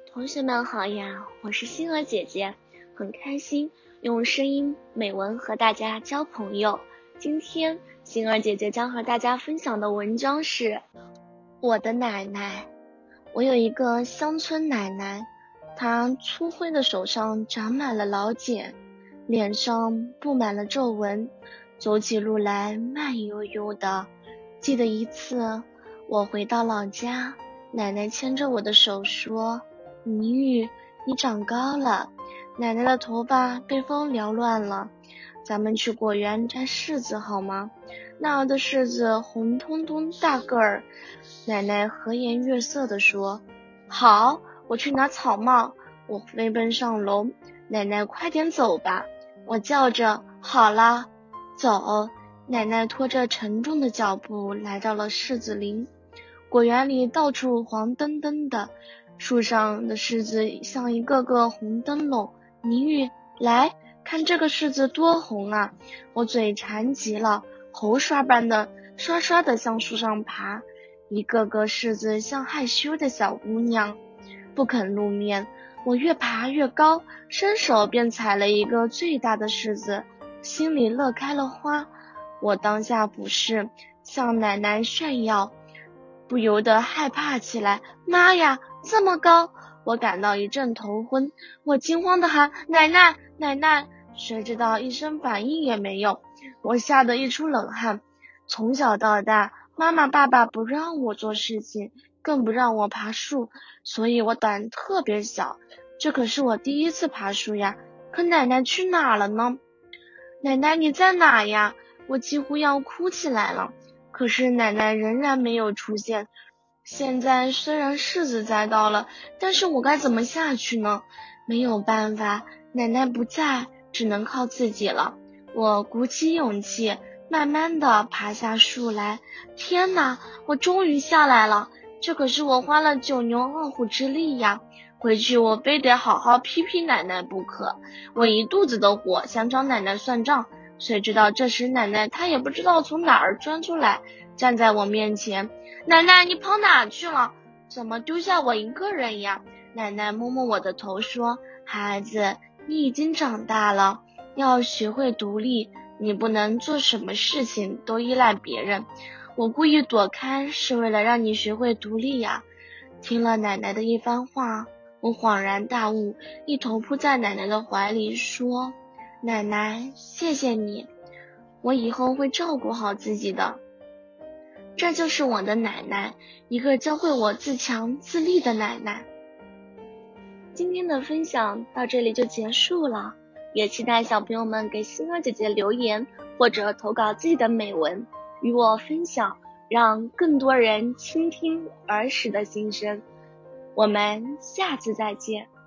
同学们好呀，我是星儿姐姐，很开心用声音美文和大家交朋友。今天星儿姐姐将和大家分享的文章是我的奶奶。我有一个乡村奶奶，她粗灰的手上长满了老茧，脸上布满了皱纹，走起路来慢悠悠的。记得一次我回到老家，奶奶牵着我的手说，妮玉，你长高了。奶奶的头发被风撩乱了，咱们去果园摘柿子好吗？那儿的柿子红彤彤大个儿。奶奶和颜悦色地说，好，我去拿草帽。我飞奔上楼，奶奶快点走吧。我叫着，好啦，走。奶奶拖着沉重的脚步来到了柿子林，果园里到处黄澄澄的，树上的柿子像一个个红灯笼。妮玉，来看这个柿子多红啊！我嘴馋极了，猴刷般的刷刷的向树上爬，一个个柿子像害羞的小姑娘，不肯露面。我越爬越高，伸手便采了一个最大的柿子，心里乐开了花。我当下不是向奶奶炫耀，不由得害怕起来。妈呀，这么高！我感到一阵头昏，我惊慌地喊，奶奶，奶奶！谁知道一声反应也没有，我吓得一出冷汗。从小到大，妈妈爸爸不让我做事情，更不让我爬树，所以我胆特别小。这可是我第一次爬树呀，可奶奶去哪了呢？奶奶你在哪呀？我几乎要哭起来了，可是奶奶仍然没有出现。现在虽然柿子摘到了，但是我该怎么下去呢？没有办法，奶奶不在，只能靠自己了。我鼓起勇气，慢慢的爬下树来。天哪，我终于下来了！这可是我花了9牛2虎之力呀！回去我非得好好批评奶奶不可。我一肚子的火，想找奶奶算账。谁知道这时奶奶她也不知道从哪儿钻出来，站在我面前。奶奶，你跑哪去了？怎么丢下我一个人呀？奶奶摸摸我的头说，孩子，你已经长大了，要学会独立，你不能做什么事情都依赖别人。我故意躲开，是为了让你学会独立呀。听了奶奶的一番话，我恍然大悟，一头扑在奶奶的怀里说，奶奶，谢谢你，我以后会照顾好自己的。这就是我的奶奶，一个教会我自强自立的奶奶。今天的分享到这里就结束了，也期待小朋友们给星儿姐姐留言，或者投稿自己的美文与我分享，让更多人倾听儿时的心声。我们下次再见。